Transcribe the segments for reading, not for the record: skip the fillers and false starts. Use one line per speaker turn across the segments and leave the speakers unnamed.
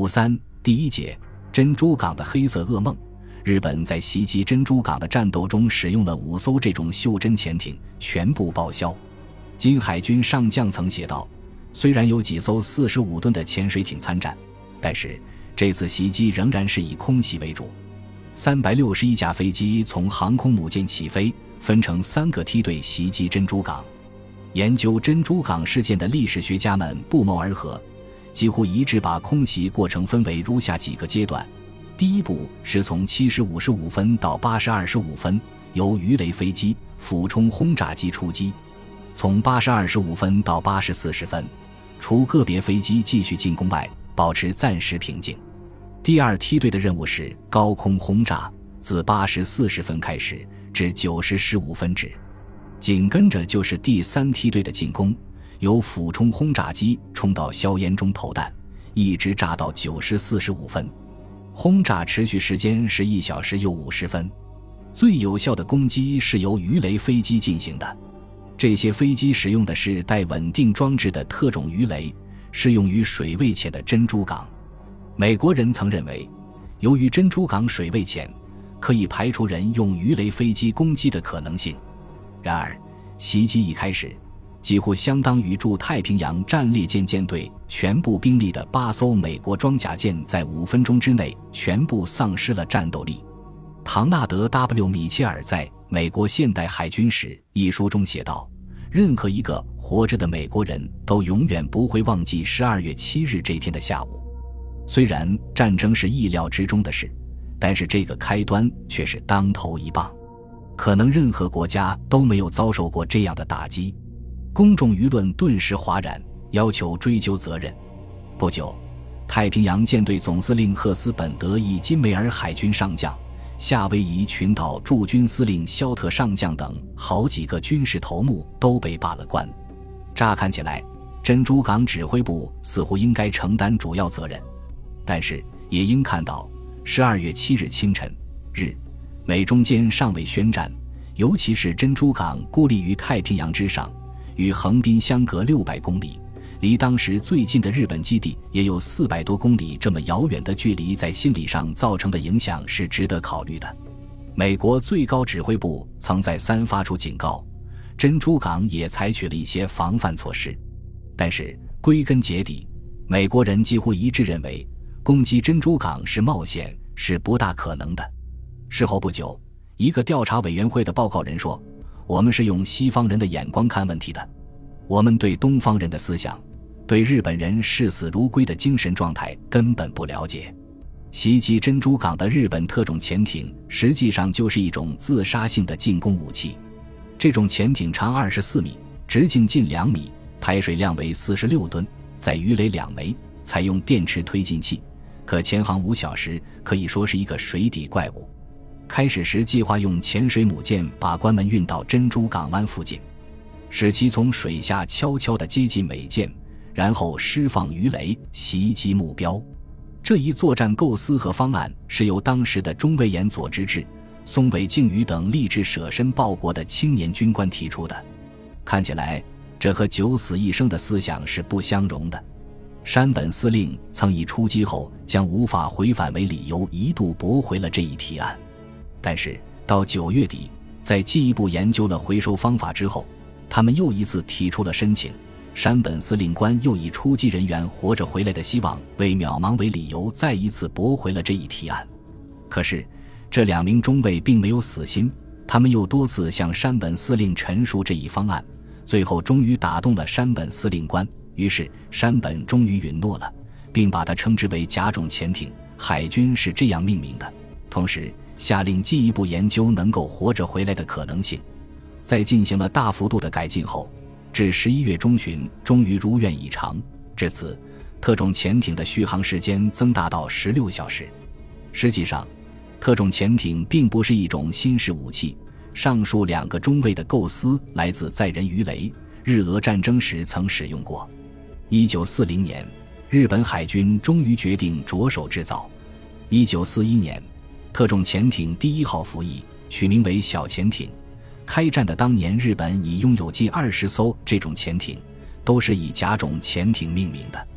53第一节珍珠港的黑色噩梦。日本在袭击珍珠港的战斗中使用了5艘这种袖珍潜艇，全部报销。金海军上将曾写道，虽然有几艘45吨的潜水艇参战，但是这次袭击仍然是以空袭为主。361架飞机从航空母舰起飞，分成3个梯队袭击珍珠港。研究珍珠港事件的历史学家们不谋而合，几乎一致把空袭过程分为如下几个阶段。第一步是从7时55分到8时25分，由鱼雷飞机、俯冲轰炸机出击。从8时25分到8时40分，除个别飞机继续进攻外，保持暂时平静。第二梯队的任务是高空轰炸，自8时40分开始，至9时15分止。紧跟着就是第三梯队的进攻，由俯冲轰炸机冲到硝烟中投弹，一直炸到9时45分。轰炸持续时间是1小时又50分。最有效的攻击是由鱼雷飞机进行的，这些飞机使用的是带稳定装置的特种鱼雷，适用于水位浅的珍珠港。美国人曾认为，由于珍珠港水位浅，可以排除人用鱼雷飞机攻击的可能性。然而，袭击一开始，几乎相当于驻太平洋战列舰舰队全部兵力的8艘美国装甲舰在5分钟之内全部丧失了战斗力。唐纳德 ·W. 米切尔在《美国现代海军史》一书中写道，任何一个活着的美国人都永远不会忘记12月7日这天的下午。虽然战争是意料之中的事，但是这个开端却是当头一棒。可能任何国家都没有遭受过这样的打击。公众舆论顿时哗然，要求追究责任。不久，太平洋舰队总司令赫斯本德以金梅尔海军上将、夏威夷群岛驻军司令肖特上将等好几个军事头目都被罢了官。乍看起来，珍珠港指挥部似乎应该承担主要责任，但是也应看到12月7日清晨，美中间尚未宣战，尤其是珍珠港孤立于太平洋之上，与横滨相隔600公里，离当时最近的日本基地也有400多公里，这么遥远的距离在心理上造成的影响是值得考虑的。美国最高指挥部曾再三发出警告，珍珠港也采取了一些防范措施，但是归根结底，美国人几乎一致认为攻击珍珠港是冒险，是不大可能的。事后不久，一个调查委员会的报告人说，我们是用西方人的眼光看问题的，我们对东方人的思想，对日本人视死如归的精神状态根本不了解。袭击珍珠港的日本特种潜艇实际上就是一种自杀性的进攻武器。这种潜艇长24米，直径近2米，排水量为46吨，载鱼雷2枚，采用电池推进器，可潜航5小时，可以说是一个水底怪物。开始时计划用潜水母舰把官们运到珍珠港湾附近，使其从水下悄悄地接近美舰，然后释放鱼雷袭击目标。这一作战构思和方案是由当时的中尉岩佐直治、松尾敬宇等立志舍身报国的青年军官提出的。看起来这和九死一生的思想是不相容的。山本司令曾以出击后将无法回返为理由一度驳回了这一提案。但是到9月底，在进一步研究了回收方法之后，他们又一次提出了申请。山本司令官又以出击人员活着回来的希望为渺茫为理由，再一次驳回了这一提案。可是这2名中尉并没有死心，他们又多次向山本司令陈述这一方案，最后终于打动了山本司令官，于是山本终于允诺了，并把它称之为甲种潜艇，海军是这样命名的。同时下令进一步研究能够活着回来的可能性。在进行了大幅度的改进后，至11月中旬终于如愿以偿。至此，特种潜艇的续航时间增大到16小时。实际上，特种潜艇并不是一种新式武器，上述2个中尉的构思来自载人鱼雷，日俄战争时曾使用过。1940年，日本海军终于决定着手制造。1941年，特种潜艇第1号服役，取名为小潜艇。开战的当年，日本已拥有近20艘这种潜艇，都是以甲种潜艇命名的。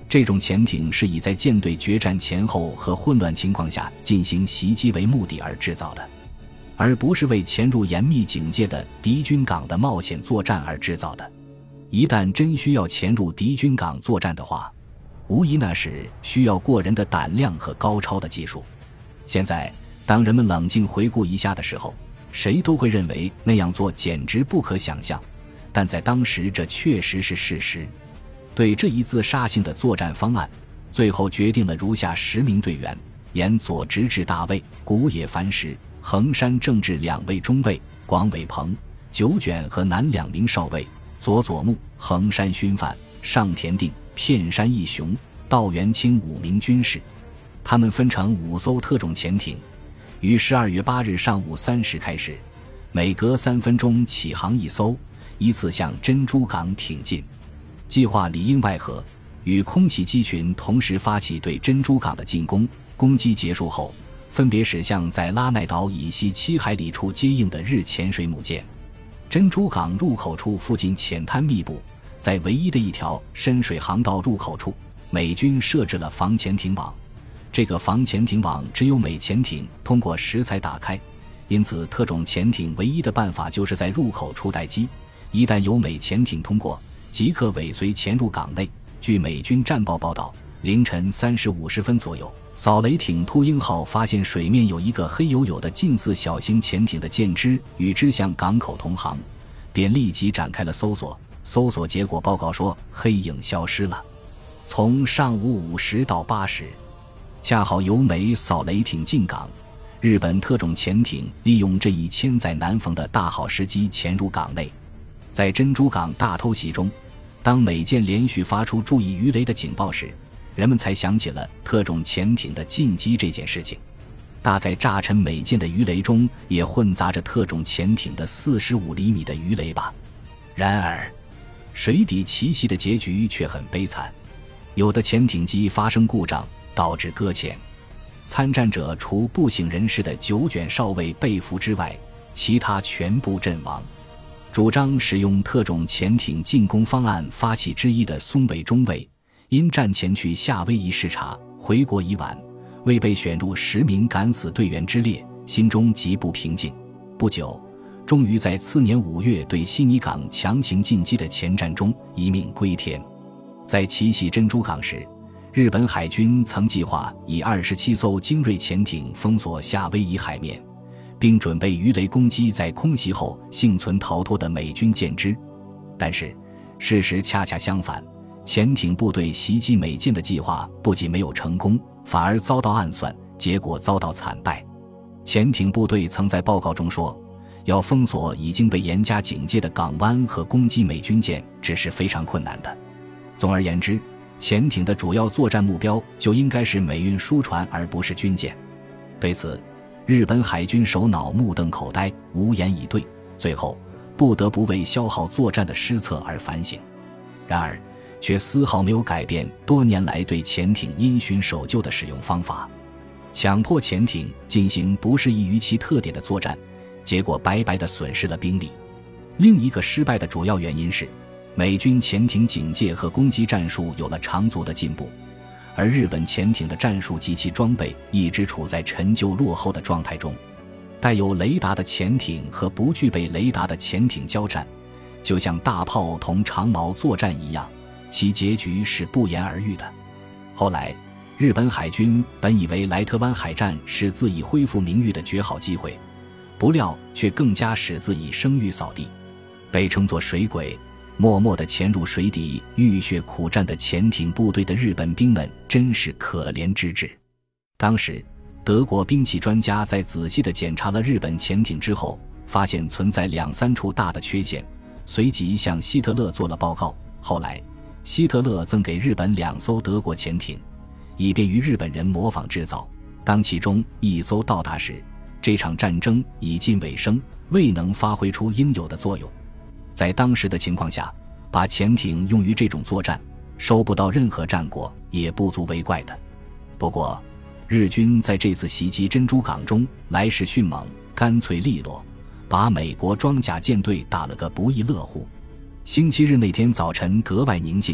这种潜艇是以在舰队决战前后和混乱情况下进行袭击为目的而制造的，而不是为潜入严密警戒的敌军港的冒险作战而制造的。一旦真需要潜入敌军港作战的话，无疑那是需要过人的胆量和高超的技术。现在当人们冷静回顾一下的时候，谁都会认为那样做简直不可想象，但在当时这确实是事实。对这一自杀性的作战方案，最后决定了如下10名队员：沿左直至大尉古野繁实、横山正治2位中尉，广尾鹏、久卷和南2名少尉，佐佐木、横山勋范、上田定、片山义雄、道元清5名军士。他们分成5艘特种潜艇，于12月8日上午3时开始，每隔3分钟起航1艘，依次向珍珠港挺进。计划里应外合，与空袭机群同时发起对珍珠港的进攻。攻击结束后，分别驶向在拉奈岛以西7海里处接应的日潜水母舰。珍珠港入口处附近浅滩密布，在唯一的一条深水航道入口处，美军设置了防潜艇网。这个防潜艇网只有美潜艇通过时才打开，因此特种潜艇唯一的办法就是在入口处待机，一旦有美潜艇通过，即刻尾随潜入港内。据美军战报报道，凌晨3时50分左右，扫雷艇秃鹰号发现水面有一个黑黝黝的近似小型潜艇的舰只与之向港口同航，便立即展开了搜索。搜索结果报告说，黑影消失了。从上午5时到8时，恰好由美扫雷艇进港，日本特种潜艇利用这一千载难逢的大好时机潜入港内。在珍珠港大偷袭中，当美舰连续发出注意鱼雷的警报时，人们才想起了特种潜艇的进击这件事情。大概炸沉美舰的鱼雷中也混杂着特种潜艇的45厘米的鱼雷吧。然而水底奇袭的结局却很悲惨，有的潜艇机发生故障，导致搁浅。参战者除不省人事的久卷少尉被俘之外，其他全部阵亡。主张使用特种潜艇进攻方案发起之一的松尾中尉，因战前去夏威夷视察，回国已晚，未被选入10名敢死队员之列，心中极不平静。不久，终于在次年5月对悉尼港强行进击的前战中一命归天。在奇袭珍珠港时，日本海军曾计划以27艘精锐潜艇封锁夏威夷海面，并准备鱼雷攻击在空袭后幸存逃脱的美军舰只。但是事实恰恰相反，潜艇部队袭击美舰的计划不仅没有成功，反而遭到暗算，结果遭到惨败。潜艇部队曾在报告中说，要封锁已经被严加警戒的港湾和攻击美军舰只是非常困难的。总而言之，潜艇的主要作战目标就应该是美运输船，而不是军舰。对此，日本海军首脑目瞪口呆，无言以对，最后不得不为消耗作战的失策而反省。然而却丝毫没有改变多年来对潜艇因循守旧的使用方法，强迫潜艇进行不适宜于其特点的作战，结果白白地损失了兵力。另一个失败的主要原因是，美军潜艇警戒和攻击战术有了长足的进步，而日本潜艇的战术及其装备一直处在陈旧落后的状态中。带有雷达的潜艇和不具备雷达的潜艇交战，就像大炮同长矛作战一样，其结局是不言而喻的。后来日本海军本以为莱特湾海战是自己恢复名誉的绝好机会，不料却更加使自己声誉扫地。被称作水鬼，默默地潜入水底浴血苦战的潜艇部队的日本兵们真是可怜之至。当时德国兵器专家在仔细地检查了日本潜艇之后，发现存在2-3处大的缺陷，随即向希特勒做了报告。后来希特勒赠给日本2艘德国潜艇，以便于日本人模仿制造。当其中1艘到达时，这场战争已近尾声，未能发挥出应有的作用。在当时的情况下，把潜艇用于这种作战，收不到任何战果也不足为怪的。不过日军在这次袭击珍珠港中来势迅猛，干脆利落，把美国装甲舰队打了个不亦乐乎。星期日那天早晨格外宁静，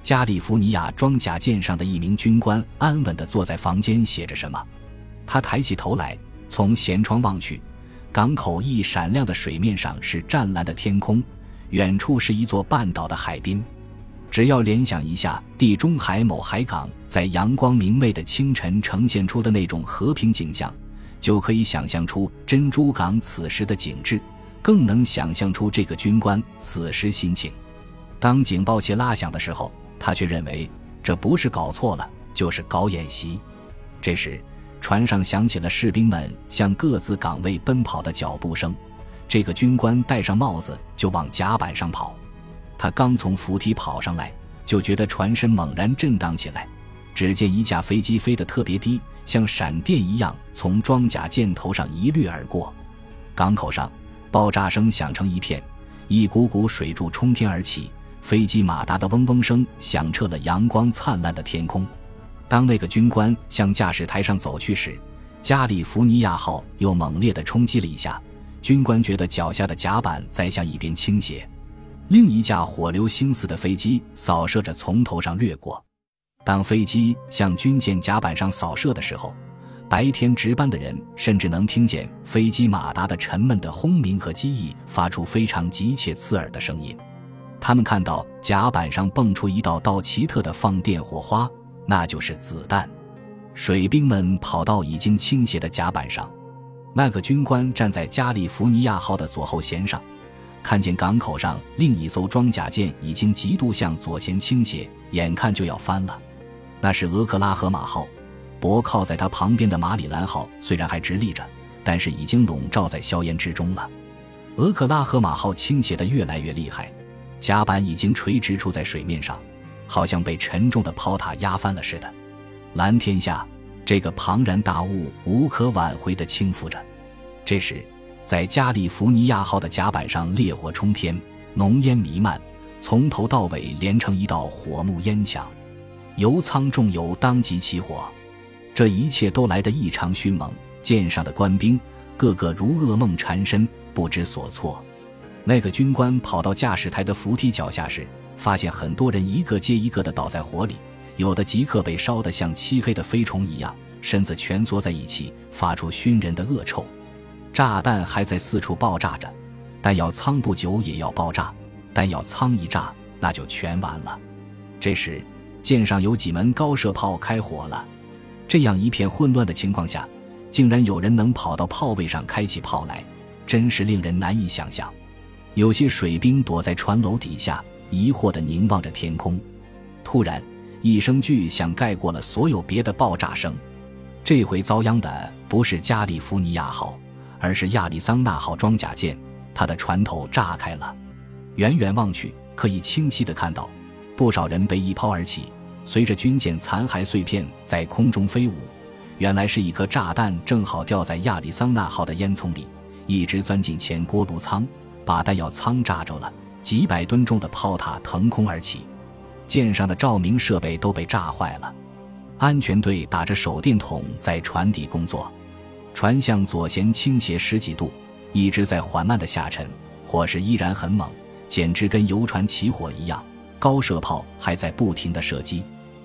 加利福尼亚装甲舰上的一名军官安稳地坐在房间写着什么。他抬起头来，从舷窗望去，港口一闪亮的水面上是湛蓝的天空，远处是一座半岛的海滨。只要联想一下地中海某海港在阳光明媚的清晨呈现出的那种和平景象，就可以想象出珍珠港此时的景致，更能想象出这个军官此时心情。当警报器拉响的时候，他却认为这不是搞错了，就是搞演习。这时船上响起了士兵们向各自岗位奔跑的脚步声，这个军官戴上帽子就往甲板上跑。他刚从扶梯跑上来，就觉得船身猛然震荡起来，只见一架飞机飞得特别低，像闪电一样从装甲舰头上一掠而过。港口上爆炸声响成一片，一股股水柱冲天而起，飞机马达的嗡嗡声响彻了阳光灿烂的天空。当那个军官向驾驶台上走去时，加利福尼亚号又猛烈地冲击了一下，军官觉得脚下的甲板在向一边倾斜。另一架火流星似的飞机扫射着从头上掠过。当飞机向军舰甲板上扫射的时候，白天值班的人甚至能听见飞机马达的沉闷的轰鸣和机翼发出非常急切刺耳的声音。他们看到甲板上蹦出一道道奇特的放电火花，那就是子弹。水兵们跑到已经倾斜的甲板上，那个军官站在加利福尼亚号的左后舷上，看见港口上另一艘装甲舰已经极度向左舷倾斜，眼看就要翻了。那是俄克拉荷马号，泊靠在他旁边的马里兰号虽然还直立着，但是已经笼罩在硝烟之中了。俄克拉荷马号倾斜得越来越厉害，甲板已经垂直处在水面上，好像被沉重的炮塔压翻了似的。蓝天下，这个庞然大物无可挽回地倾覆着。这时在加利福尼亚号的甲板上烈火冲天，浓烟弥漫，从头到尾连成一道火幕烟墙，油舱重油当即起火。这一切都来得异常迅猛，舰上的官兵个个如噩梦缠身，不知所措。那个军官跑到驾驶台的扶梯脚下时，发现很多人一个接一个地倒在火里，有的即刻被烧得像漆黑的飞虫一样，身子蜷缩在一起，发出熏人的恶臭。炸弹还在四处爆炸着，弹药舱不久也要爆炸，弹药舱一炸，那就全完了。这时舰上有几门高射炮开火了。这样一片混乱的情况下，竟然有人能跑到炮位上开起炮来，真是令人难以想象。有些水兵躲在船楼底下，疑惑地凝望着天空。突然一声巨响盖过了所有别的爆炸声。这回遭殃的不是加利福尼亚号，而是亚利桑那号装甲舰，它的船头炸开了。远远望去，可以清晰地看到不少人被一抛而起，随着军舰残骸碎片在空中飞舞。原来是一颗炸弹正好掉在亚利桑那号的烟囱里，一直钻进前锅炉舱，把弹药舱炸着了，几百吨重的炮塔腾空而起。舰上的照明设备都被炸坏了，安全队打着手电筒在船底工作。船向左舷倾斜10几度，一直在缓慢地下沉，火势依然很猛，简直跟游船起火一样，高射炮还在不停地射击。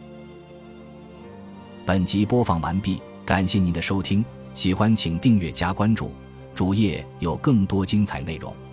本集播放完毕，感谢您的收听，喜欢请订阅加关注，主页有更多精彩内容。